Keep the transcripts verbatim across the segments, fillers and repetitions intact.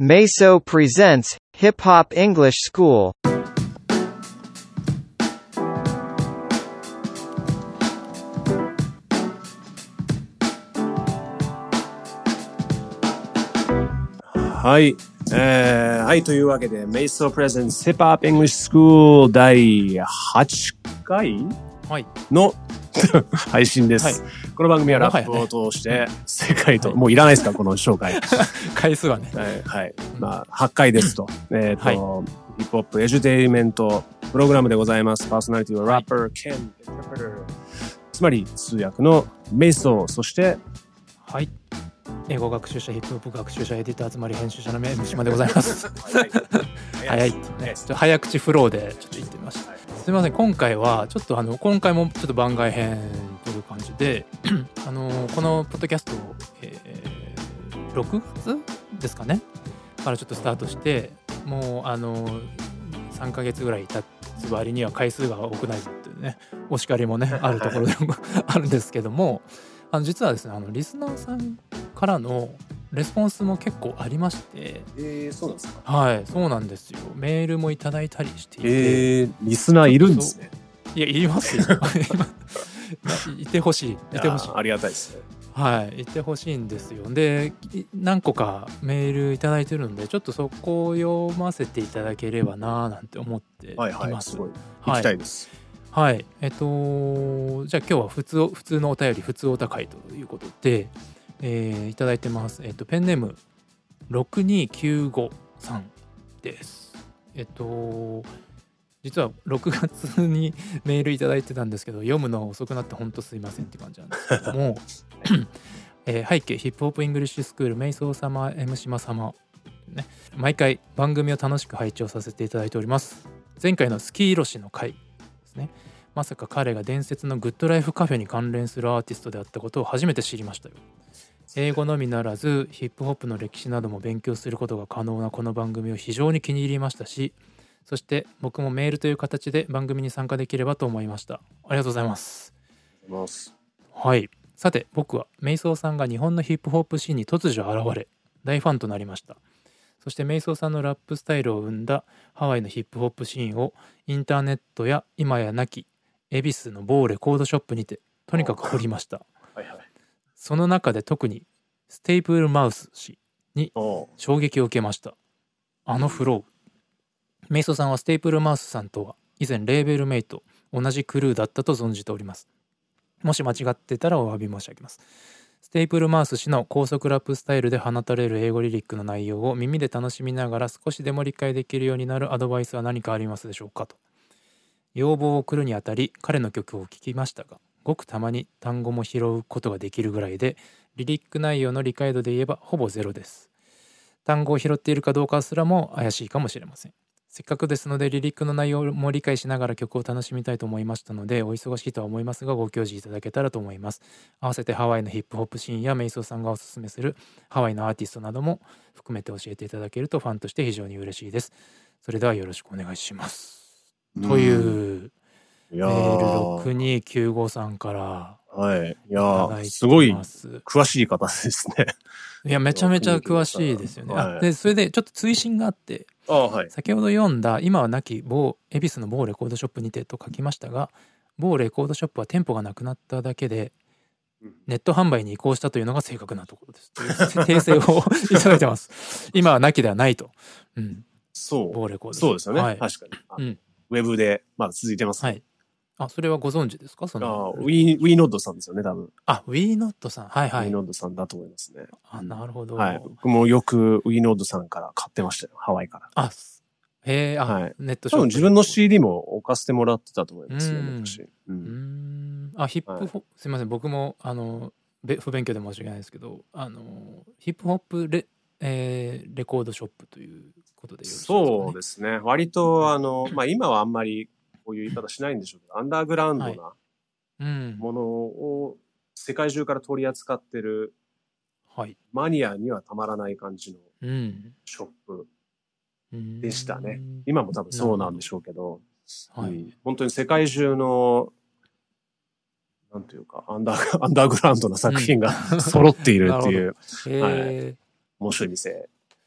Meso presents Hip Hop English School. はい、えー、はいというわけで Meso Presents Hip Hop English School だいはちかいの、はい配信です、はい、この番組はラップを通して世界と、はい、もういらないですかこの紹介回数はね、 はい、はい、まあはちかいですと、えっと、はい、ヒップホップエデュテイメントプログラムでございます。パーソナリティはラッパー、ケン、インタープレーター、つまり通訳のメイソー、そしてはい英語学習者、ヒップホップ学習者、エディター、つまり編集者のメムシマでございます早い、ね、ちょっと早口フローでちょっと言ってみました。すみません、今回はちょっとあの今回もちょっと番外編という感じであのこのポッドキャストを、えー、ろくがつですかねからちょっとスタートして、もうあのさんかげつぐらい経つ割には回数が多くないぞっていうねお叱りもねあるところでもあるんですけども、あの実はですね、あのリスナーさんからのレスポンスも結構ありまして、 えー、そうなんですか。 はい、そうなんですよ。メールもいただいたりしていて、 えー、リスナーいるんですね。 いや、いりますよいてほしい、いてほしい。 ありがたいですね。 はい、いてほしいんですよ。で、何個かメールいただいてるので、ちょっとそこを読ませていただければななんて思っています。 はいはい、すごい行きたいです。 はい、はい、えっとじゃあ今日は普通普通のお便り、普通お高いということで。えー、いただいてます。えっとペンネームろくにきゅうごさんです。えっと実はろくがつにメールいただいてたんですけど、読むの遅くなって本当すいませんって感じなんですけども、えー、背景ヒップホップイングリッシュスクールメイソー様、エムシマ様、ね、毎回番組を楽しく拝聴させていただいております。前回のスキーロシの回ですね。まさか彼が伝説のグッドライフカフェに関連するアーティストであったことを初めて知りましたよ。英語のみならずヒップホップの歴史なども勉強することが可能なこの番組を非常に気に入りましたし、そして僕もメールという形で番組に参加できればと思いました。ありがとうございます。はい、さて僕はメイソーさんが日本のヒップホップシーンに突如現れ大ファンとなりました。そしてメイソーさんのラップスタイルを生んだハワイのヒップホップシーンをインターネットや今やなき恵比寿の某レコードショップにてとにかく掘りました。はいはい、その中で特にステイプルマウス氏に衝撃を受けました。あのフロー。メイソさんはステイプルマウスさんとは以前レーベルメイト、同じクルーだったと存じております。もし間違ってたらお詫び申し上げます。ステイプルマウス氏の高速ラップスタイルで放たれる英語リリックの内容を耳で楽しみながら少しでも理解できるようになるアドバイスは何かありますでしょうかと。要望を送るにあたり彼の曲を聴きましたが、ごくたまに単語も拾うことができるぐらいで、リリック内容の理解度で言えばほぼゼロです。単語を拾っているかどうかすらも怪しいかもしれません。せっかくですのでリリックの内容も理解しながら曲を楽しみたいと思いましたので、お忙しいとは思いますがご教示いただけたらと思います。合わせてハワイのヒップホップシーンやメイソーさんがおすすめするハワイのアーティストなども含めて教えていただけるとファンとして非常に嬉しいです。それではよろしくお願いします。というメールろくにきゅうごさんからはい、いやすごい詳しい方ですね。 いやめちゃめちゃ詳しいですよね。はい、あでそれでちょっと追伸があって、 あ、はい、 先ほど読んだ今はなき某恵比寿の某レコードショップにてと書きましたが、某レコードショップは店舗がなくなっただけでネット販売に移行したというのが正確なところです。という訂正をいただいてます。今はなきではないと。うん、 そう某レコードそうですよね、 はい、 確かに、うん、ウェブでまだ続いてます、ね。はい。 あ、それはご存知ですか？そのあ、ウィー、ウィーノッドさんですよね、多分。 あ、ウィーノッドさん。はいはい。 ウィーノッドさんだと思いますね。 あ、なるほど。 はい。僕もよくウィーノッドさんから買ってましたよ、ハワイから。 あ、へえ、あ、はい、ネットショップ。多分自分の シーディー も置かせてもらってたと思いますね、昔。 うん。うん。あ、ヒップホップ、はい、すみません、僕も、あの、不勉強で申し訳ないですけど、あの、ヒップホップレ、えー、レコードショップということでよろしいですかね。 そうですね。割と、あの、まあ、今はあんまり、こういう言い方しないんでしょうけど、アンダーグラウンドなものを世界中から取り扱ってる、はい、マニアにはたまらない感じのショップでしたね。うん、今も多分そうなんでしょうけど、どはい、うん、本当に世界中のなんというかアンダーアンダーグラウンドな作品が、うん、揃っているっていう、はい、面白い店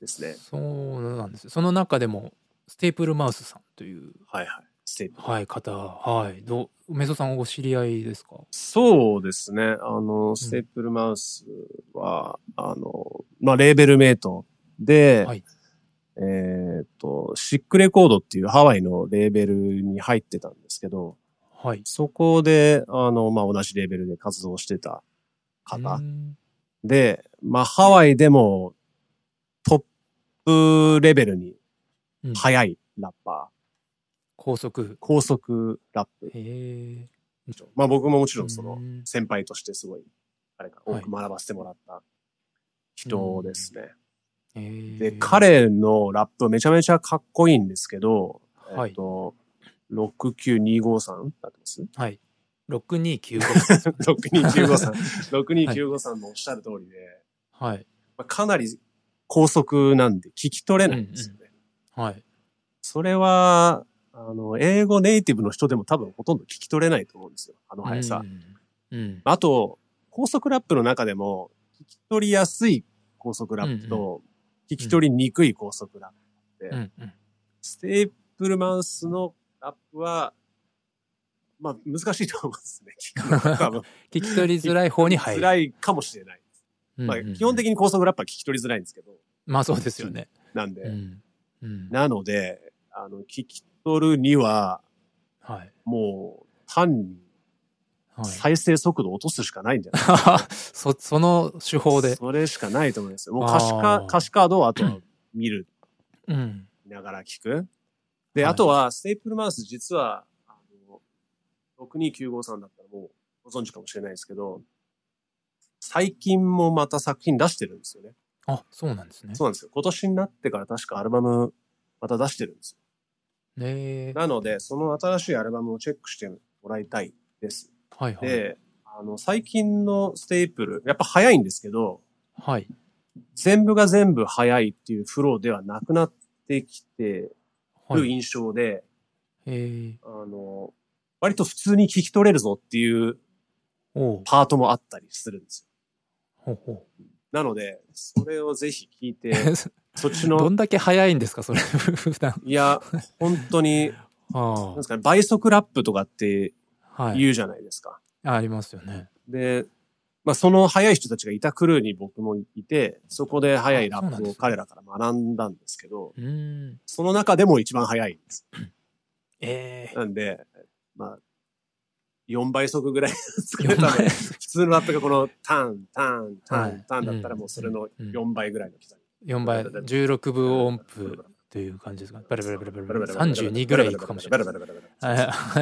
ですね。 そうなんです。その中でもステープルマウスさんという、 はいはい、ステープル、 はい、方、はい、どうメソさんお知り合いですか？ そうですね。あのステープルマウスは、うん、あのまあレーベルメイトで、はい、えっとシックレコードっていうハワイのレーベルに入ってたんですけど、はい、そこであのまあ同じレーベルで活動してた方で、まあハワイでもトップレベルに速いラッパー。うん、 高速。 高速ラップ。 へー。 まあ僕ももちろんその先輩としてすごい、あれか、多く学ばせてもらった人ですね。はい、で、彼のラップめちゃめちゃかっこいいんですけど、はい、えっと、ろくきゅうにごさんだってますはい。ろくにきゅうごさん。 ろくにきゅうごさん。ろくにきゅうごさんのおっしゃる通りで、はい。まあ、かなり高速なんで聞き取れないんですよね。うんうん、はい。それは、あの、英語ネイティブの人でも多分ほとんど聞き取れないと思うんですよ。あの速さ。うん。うん、あと、高速ラップの中でも、聞き取りやすい高速ラップと、聞き取りにくい高速ラップって、うんうん、ステープルマウスのラップは、まあ難しいと思うんですね。聞くのが多分聞き取りづらい方に入る。 辛いかもしれないです。うんうんうん、まあ基本的に高速ラップは聞き取りづらいんですけど。 まあそうですよね。 なんで。 うんうん、 なので、あの、聞き取るには、はい、もう単に再生速度を落とすしかないんじゃないですか、ね。 そ、その手法で。 それしかないと思いますよ。もう歌詞カ、歌詞カードをあとは見る。うん。見ながら聞く。で、はい、あとは、ステープルマウス実は、あの、ろくにきゅうごさんだったらもうご存知かもしれないですけど、最近もまた作品出してるんですよね。 あ、そうなんですね。 そうなんですよ。今年になってから確かアルバムまた出してるんですよ。 ね、 なので、その新しいアルバムをチェックしてもらいたいです。はいはい。で、あの、最近のステープル、やっぱ早いんですけど、はい。全部が全部早いっていうフローではなくなってきてる印象で、はい、あの、割と普通に聞き取れるぞっていうパートもあったりするんですよ。ほうほう。なので、それをぜひ聞いて、そっちの。 どんだけ早いんですか、それ、普段。 いや、本当に、なんですかね、倍速ラップとかって言うじゃないですか。はい、 あ, ありますよね。 で、まあその早い人たちがいたクルーに僕もいて、そこで早いラップを彼らから学んだんですけど、 そ, んその中でも一番早いんです。えー、なんで、まあ、よんばい速ぐらい作れたら、普通のラップがこのタン、タン、タン、タンだったらもうそれのよんばいぐらいの刻み。 よんばい、じゅうろくぶ音符という感じですか。バラバラバラバラバラ。さんじゅうにぐらいいくかもしれない。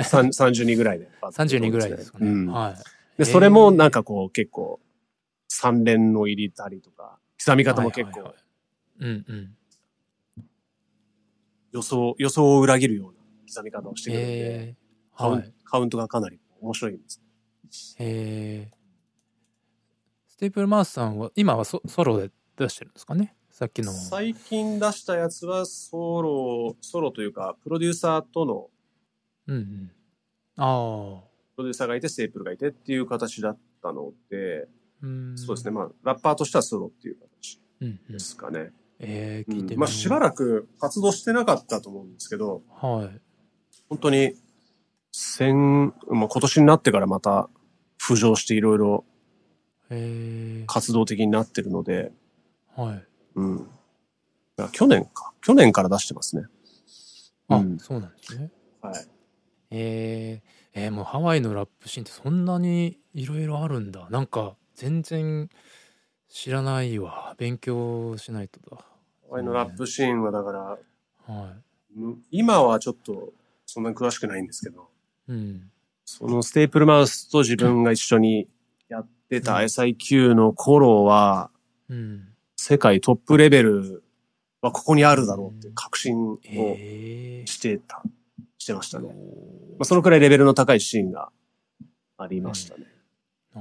さんじゅうにぐらいで。 さんじゅうにぐらいですかね。はい。 で、それもなんかこう結構三連の入れたりとか、刻み方も結構、うんうん。予想、予想を裏切るような刻み方をしてくるんで、カウン、カウントがかなり面白いんです。 へえ。ステープルマウスさんは今は ソ, ソロで出してるんですかね。さっきの最近出したやつはソロソロというかプロデューサーとの、 うんうん、ああプロデューサーがいてステープルがいてっていう形だったので、うん、そうですね。まあラッパーとしてはソロっていう形ですかね。うんうん、えー、聞いてみよう。まあしばらく活動してなかったと思うんですけど、はい、本当に先、まあ、今年になってからまた浮上していろいろ活動的になってるので、はい。うん。去年か。去年から出してますね。 あ、うん、そうなんですね。はい。えー、えー、もうハワイのラップシーンってそんなにいろいろあるんだ。なんか全然知らないわ。勉強しないとだ。ハワイのラップシーンはだから、はい。今はちょっとそんなに詳しくないんですけど、うん。そのステープルマウスと自分が一緒にやってた エスアイキュー の頃は、うん、世界トップレベルはここにあるだろうっていう確信をしてた、してましたね。まあ、そのくらいレベルの高いシーンがありましたね。 うん、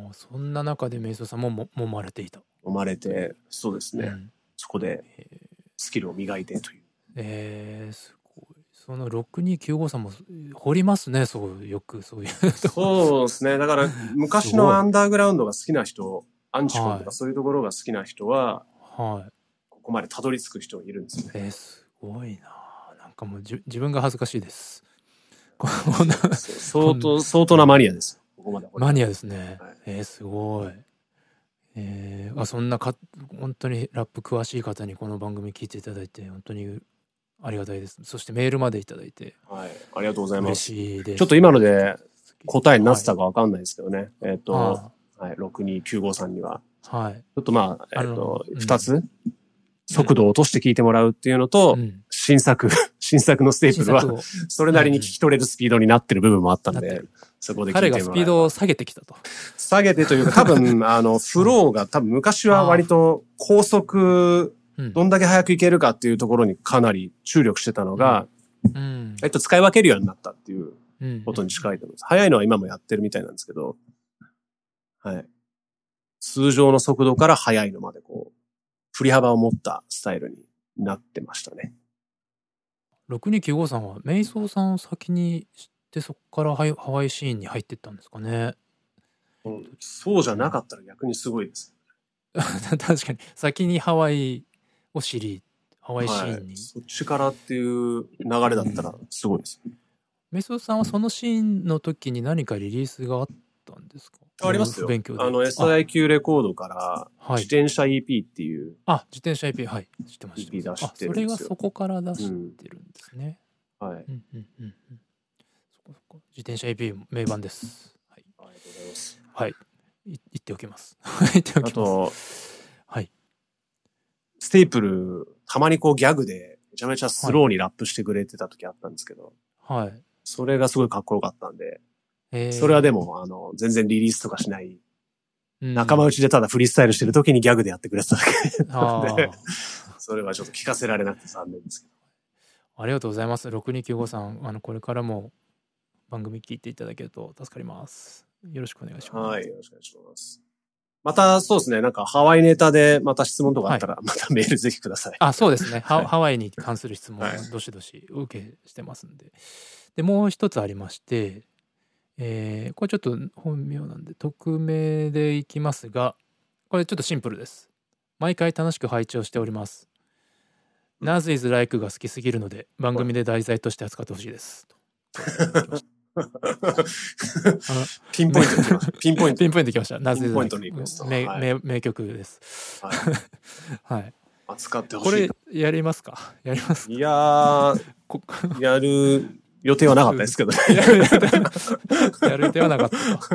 あ、そんな中でメイソさんもも揉まれていた。 揉まれて、そうですね。うん、そこでスキルを磨いてという。 えー、すごい。そのろくにきゅうごさんも掘りますね、そうよくそういう。 そうですね。だから昔のアンダーグラウンドが好きな人、アンチコンとかそういうところが好きな人は、はい。ここまでたどり着く人がいるんですよね。 えー、すごいな。なんかもうじ自分が恥ずかしいです。 相当、相当なマニアです。ここまでマニアですね。はい、えー、すごい。えー、あそんなか本当にラップ詳しい方にこの番組聞いていただいて本当にありがたいです。そしてメールまでいただいて、 はい、ありがとうございます。 嬉しいです。 ちょっと今ので答えになってたかわかんないですけどね。はい、えっ、ー、と、はい、ろくにきゅうごさんには、はい、ちょっとまあ、えっ、ー、と、ふたつ、うん、速度を落として聞いてもらうっていうのと、うん、新作、新作のステープルは、それなりに聞き取れるスピードになってる部分もあったんで、うん、そこで聞いてもらえば。 彼がスピードを下げてきたと。 下げてというか、多分、あの、フローが多分昔は割と高速、どんだけ早くいけるかっていうところにかなり注力してたのが、うん、えっと、使い分けるようになったっていうことに近いと思います。早いのは今もやってるみたいなんですけど、はい。通常の速度から速いのまでこう、振り幅を持ったスタイルになってましたね。 ろくにきゅうごさんはメイソーさんを先に知ってそこからハワイシーンに入っていったんですかね。 うん、そうじゃなかったら逆にすごいです。 確かに先にハワイを知りハワイシーンに、はい、 そっちからっていう流れだったらすごいです。 メイソーさんはそのシーンの時に何かリリースがあったんですか？ ありますよ。 勉強であの エスアイキュー レコードから自転車 イーピー っていう、 はい、あ、自転車 イーピー、はい、知ってました。 イーピー 出してるんですよ。 あ、それがそこから出してるんですね、 うん、はい、 うんうんうんうん、そこそこ自転車 イーピー 名盤です、はい、 ありがとうございます。 はい、言っておきます言っておきます。あと、はい、 ステープルたまにこうギャグでめちゃめちゃスローにラップしてくれてた時あったんですけど、はい、それがすごいかっこよかったんで、それはでも、あの、全然リリースとかしない。うん、仲間内でただフリースタイルしてる時にギャグでやってくれてただけなので、それはちょっと聞かせられなくて残念ですけど。 ありがとうございます。ろくにきゅうごさん、あの、これからも番組聞いていただけると助かります。よろしくお願いします。 はい、よろしくお願いします。また、そうですね、なんかハワイネタでまた質問とかあったら、またメールぜひください。 あ、そうですね。ハ, ハワイに関する質問をどしどしお受けしてますんで。で、もう一つありまして、えー、これちょっと本名なんで匿名でいきますが、これちょっとシンプルです。毎回楽しく拝聴しております。ナズイズライクが好きすぎるので番組で題材として扱ってほしいです。 ピンポイントできました。ピンポイント。 ピンポイントできました。ナズイズライク。名、 はい、 名、名曲です。はい。はい、 扱ってほしい。 これやりますか？やりますか？ いやー、やる予定はなかったですけどね。 やる予定はなかった。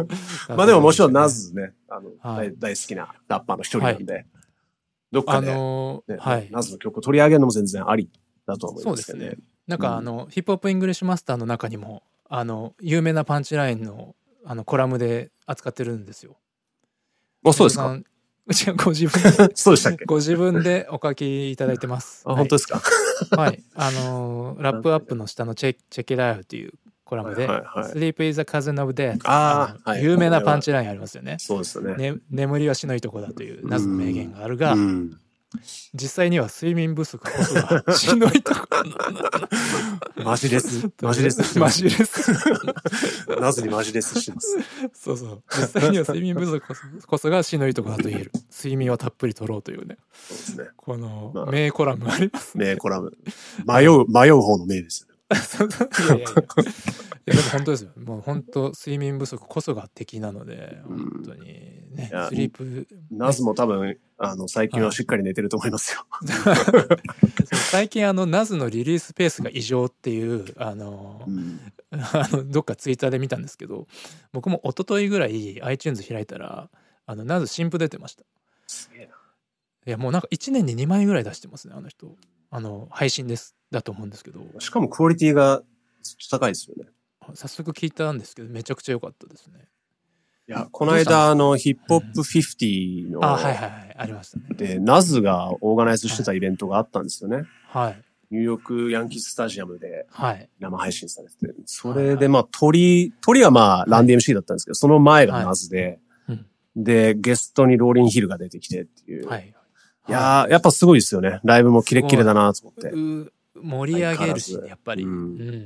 まあでももちろんナズね、あの、はい、大好きなラッパーの一人なんで、はい、どっかで、ね、あのーはい、ナズの曲を取り上げるのも全然ありだと思いますけどね。そうですね。 なんかあの、うん、ヒップホップイングリッシュマスターの中にもあの有名なパンチラインのあのコラムで扱ってるんですよ。 あ、そうですか。 ご自分でそうでしたっけ？ ご自分でお書きいただいてます。 あ、はい、本当ですか？ はい。あのー、ラップアップの下のチェチェケラウっていうコラムで、はいはいはい、Sleep is a cousin of death。ああ、有名なパンチラインありますよね。 そうですね。 ね、眠りはしないとこだというナズの名言があるが、うん、実際には睡眠不足こそがしんどいとこ。 マジレス。マジレス。 マジレス。 ナズにマジレスしてます。 そうそう。実際には睡眠不足こそ、こそがしんどいとこだと言える。睡眠をたっぷり取ろうというね。 そうですね。 この名コラムあります、 ね。名コラム。迷う、迷う方の名ですよね。 いやいやいや。いやでも本当ですよ。もう本当睡眠不足こそが敵なので、本当にね。スリープ。 ナズも多分、あの、最近はしっかり寝てると思いますよ。 最近あの、ナズのリリースペースが異常っていう、あの、うん、あのどっかツイッターで見たんですけど、僕も一昨日ぐらい iTunes 開いたら、あの、ナズ新譜出てました。 すげえな。 いや、もうなんかいちねんににまいぐらい出してますね、あの人。あの、配信です。だと思うんですけど。 しかもクオリティが高いですよね。 早速聞いたんですけど、めちゃくちゃ良かったですね。 いや、この間、あの、ヒップホップフィフティの、 あ、はいはいはい、ありましたね。 で、ナズがオーガナイズしてたイベントがあったんですよね。 はい。 ニューヨークヤンキーススタジアムで、生配信されてて、 はい、 それで、まあ、鳥、鳥はまあ、ランディー エムシー だったんですけど、その前がナズで、はいうん、で、ゲストにローリンヒルが出てきてっていう。はい。いやー、やっぱすごいですよね。ライブもキレッキレだなと思って。 盛り上げるし、やっぱり。うん。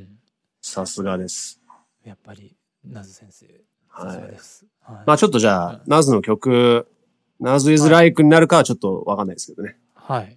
さすがです。 やっぱり、ナズ先生。さすがです。 はいはい、まあちょっとじゃあ、ナズの曲、ナズイズライクになるかはちょっとわかんないですけどね。 はい。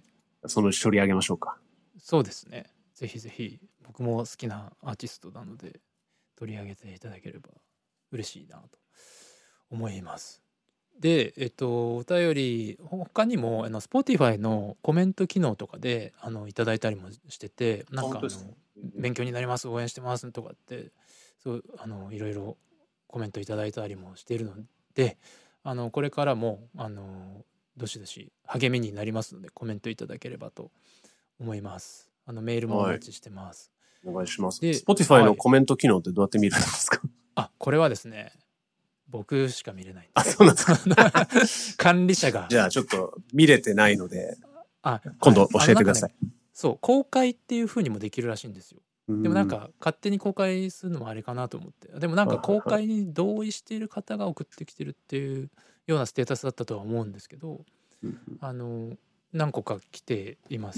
そのうち取り上げましょうか。 そうですね。ぜひぜひ僕も好きなアーティストなので取り上げていただければ嬉しいなと思います。で、えっと、お便り他にもあの Spotify のコメント機能とかであのいただいたりもしてて、なんかあの勉強になります、応援してますとかってそうあのいろいろコメントいただいたりもしているので、あのこれからもあのどしどし励みになりますのでコメントいただければと思います。あのメールもお待ちしてます。 はい、お願いします。Spotify のコメント機能ってどうやって見るんですか？はい、 あ、これはですね、僕しか見れないんです。 あ、そうなんですか。管理者が。 じゃあちょっと見れてないので、あ、今度教えてください。 ね、そう公開っていう風にもできるらしいんですよ。でもなんか勝手に公開するのもあれかなと思って、でもなんか公開に同意している方が送ってきてるっていうようなステータスだったとは思うんですけど、あの何個か来ています。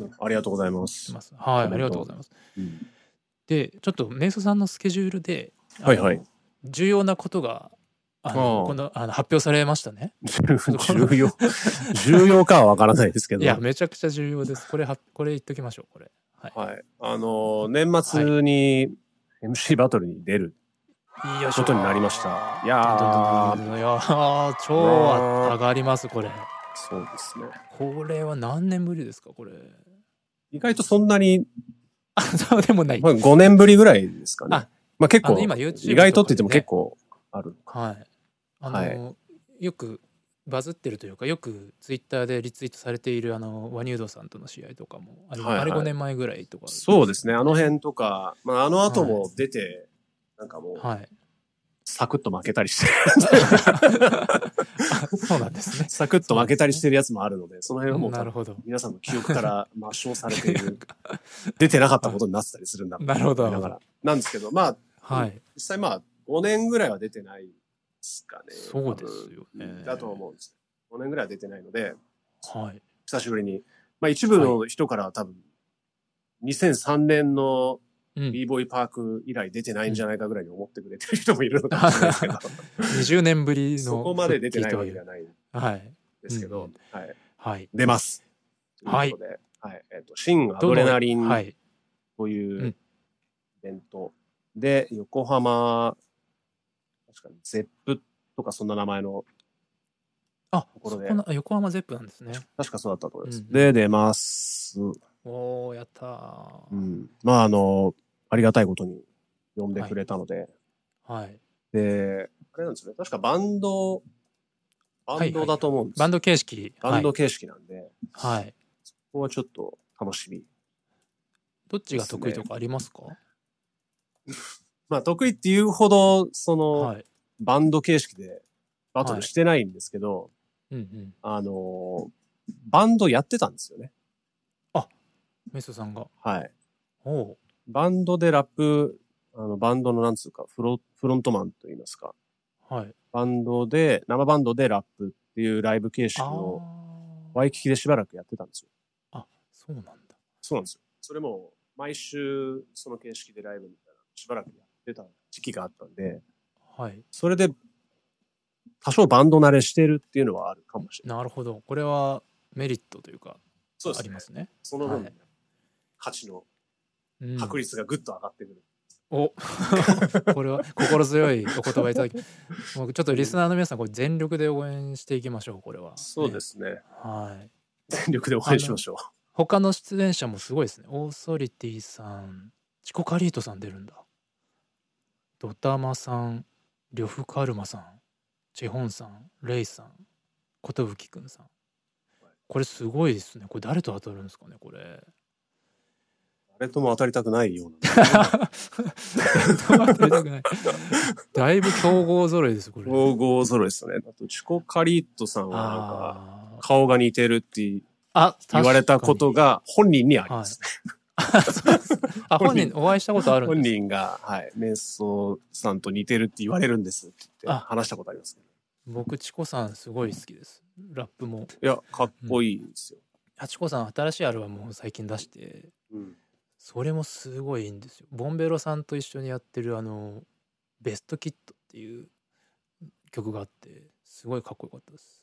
ありがとうございます。 はい、ありがとうございます。うん、でちょっとメイソさんのスケジュールで、 はいはい、 重要なことがあの今度あの発表されましたね。 重要重要かはわからないですけど。 いやめちゃくちゃ重要です。これはこれ言っときましょう。これ。 はい。はい、あの年末に エムシー バトルに出ることになりました。いやー、 いやー超上がりますこれ。 そうですね。 これは何年ぶりですかこれ。 意外とそんなに。 あ、そうでもない。 まあ、ごねんぶりぐらいですかね。あ、まあ結構、 今 YouTube 意外とって言っても結構ある。 はい。あの、はい、よくバズってるというか、よくツイッターでリツイートされているあのワニュードさんとの試合とかも、あれ、はいはい、あれごねんまえぐらいとか、ね。 そうですね。あの辺とか、まああの後も出て、はい、なんかもう、はい、サクッと負けたりしてそうなんですね。 サクッと負けたりしてるやつもあるので、その辺はもう、なるほど、皆さんの記憶から抹消されている、出てなかったことになってたりするんだろうな。 なるほど。 ながらなんですけど、まあ、はい、実際まあごねんぐらいは出てないですかね。 そうですよね。 だと思うんです。ごねんぐらいは出てないので、 はい、 久しぶりに、まあ一部の人からは多分、にせんさんねんの b ボーイパーク以来出てないんじゃないかぐらいに思ってくれてる人もいるのかもしれないですけど、 にじゅうねんぶりのそこまで出てないわけではないですけど、はい、はい、出ます。ということで、はい、えっと新アドレナリンというイベントで横浜、確かにゼップとかそんな名前のところで、あ、横浜ゼップなんですね。 確かそうだったと思います。うん、で出ます。 おー、やったー。 うん、まああのありがたいことに呼んでくれたので、 はい。はい、 であれなんですよね。確かバンドバンドだと思うんです。 はいはい、バンド形式。 バンド形式なんで、 はい。 そこはちょっと楽しみ。 どっちが得意とかありますか？ まあ得意っていうほどその、はい、バンド形式でバトルしてないんですけど、はい、うんうん、あのバンドやってたんですよね。 あ、メスさんが。 はい。 おう。 バンドでラップ、あのバンドのなんつうかフロフロントマンと言いますか。はい。バンドで生バンドでラップっていうライブ形式をワイキキでしばらくやってたんですよ。 あ、そうなんだ。 そうなんですよ。それも毎週その形式でライブみたいなしばらくやってた時期があったんで、はい。それで多少バンド慣れしてるっていうのはあるかもしれない。 なるほど。これはメリットというか、そうですね、ありますね。 その分、はい、価値の確率がぐっと上がってくる。 うん、おこれは心強いお言葉いただき、もうちょっとリスナーの皆さんこれ全力で応援していきましょう。これは、ね。 そうですね。 はい。 全力で応援しましょう。 他の出演者もすごいですね。オーソリティさん、チコカリートさん出るんだ。ドタマさん、リョフカルマさん、チェホンさん、レイさん、コトブキくんさん。これすごいですね。これ誰と当たるんですかね、これ。 誰とも当たりたくないような。 当たりたくない。だいぶ強豪揃いです、これ。 強豪揃いですね。あと、チコカリートさんはなんか、顔が似てるって言われたことが本人にありますね。 はい、あ、本人お会いしたことあるんですか？ 本人が、はい、メイソさんと似てるって言われるんですって言って話したことありますね。 僕、チコさんすごい好きです。ラップも。 いや、かっこいいですよ。 うん、チコさん新しいアルバムを最近出して、うん、それもすごいいいんですよ。ボンベロさんと一緒にやってるあの、ベストキットっていう曲があって、すごいかっこよかったです。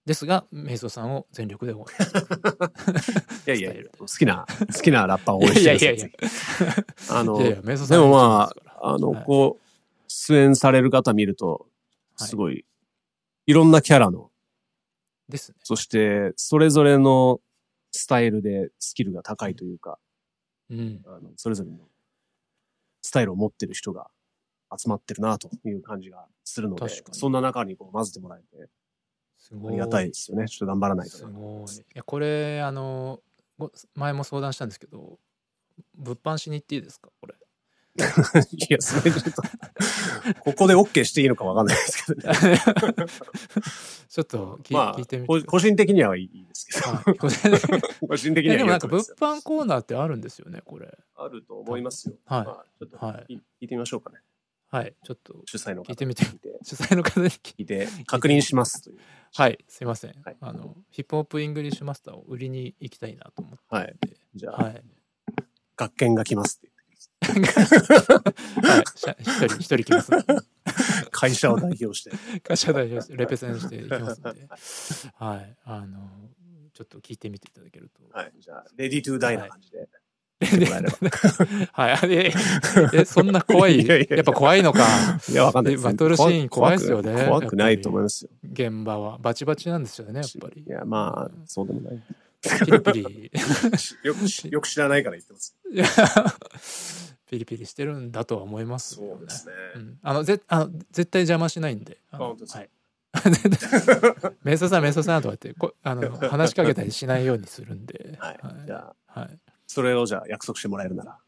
ですがメイソさんを全力で応援するいやいやいや好きな好きなラッパーを応援してるんですよ。あのいやいやメイソさんでもまああの、 はい、 こう出演される方見るとすごい、はい、いろんなキャラのですね。 そしてそれぞれのスタイルでスキルが高いというか、 うん、 あのそれぞれのスタイルを持ってる人が集まってるなという感じがするので、そんな中にこう混ぜてもらえてすごいありがたいですよね。ちょっと頑張らないと。 すごい。いやこれあの前も相談したんですけど、物販しに行っていいですかこれ。 いやそれちょっとここで OK していいのかわかんないですけどね。 ちょっと聞、 まあ、 聞いてみて。 個人的にはいいですけど。はい、個人的にはでもなんか物販コーナーってあるんですよねこれ。あると思いますよ。 はい。 まあ、ちょっと聞いてみましょうかね。 はい、ちょっと主催の方聞いてみて、主催の方に聞いて確認しますという。 はい、すいません。はい、あのヒップホップイングリッシュマスターを売りに行きたいなと思って。 はい。じゃあ、はい、学研が来ますって言って。はい、一人一人来ます、ね。 会社を代表して、 会社を代表してレペゼンしていきますので、はい、あのちょっと聞いてみていただけると。 はい、じゃあレディートゥーダイな感じで。はいはい、ええそんな怖い、いやいややっぱ怖いのか。 いやわかんないです。バトルシーン怖いですよね。 怖くないと思いますよ。 現場はバチバチなんですよねやっぱり。 いやまあそうでもない。 ピリピリよくよく知らないから言ってます。 いやピリピリしてるんだとは思いますよね。 そうですね。 うん、あのぜあの絶対邪魔しないんで。 あ本当です。 はい。メイソさんメイソさんとかってこあの話しかけたりしないようにするんで。 はい。はい、じゃあ、はい。 それをじゃあ約束してもらえるなら。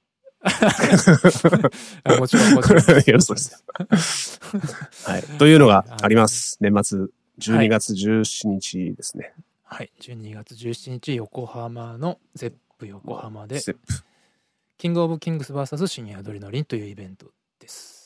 もちろんもちろん。 いやそうです。はい。というのがあります。年末じゅうにがつじゅうしちにちですね。 はい。じゅうにがつじゅうしちにち横浜のゼップ横浜でキングオブキングス ブイエス シニアアドレナリンというイベントです。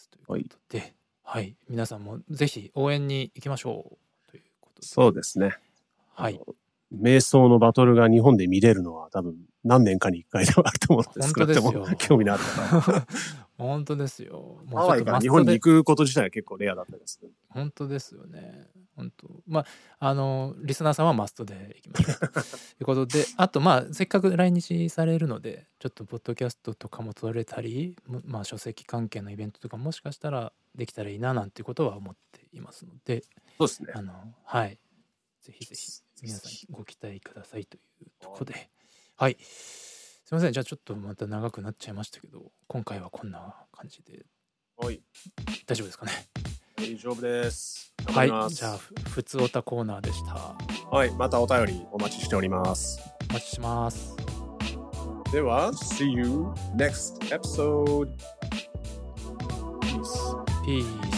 ということで、はい、はい、皆さんもぜひ応援に行きましょうということで。 そうですね。 はい。 瞑想のバトルが日本で見れるのは多分何年かにいっかいではあると思うんですけど、 本当ですよ。 興味のある方。 本当ですよ。 ハワイから日本に行くこと自体は結構レアだったりする。 本当ですよね。本当。まああのリスナーさんはマストで行きましょうということで、あとまあせっかく来日されるので、ちょっとポッドキャストとかも撮れたり、まあ書籍関係のイベントとかもしかしたらできたらいいななんていうことは思っていますので、 そうですね。 あのはい、ぜひぜひ皆さんご期待くださいというところで、はい。すみません、じゃあちょっとまた長くなっちゃいましたけど、今回はこんな感じで、 はい、 大丈夫ですかね。 大丈夫です。 はい、じゃあふつおたコーナーでした。 はい、またお便りお待ちしております。 お待ちします。 では See you next episode. Peace. Peace.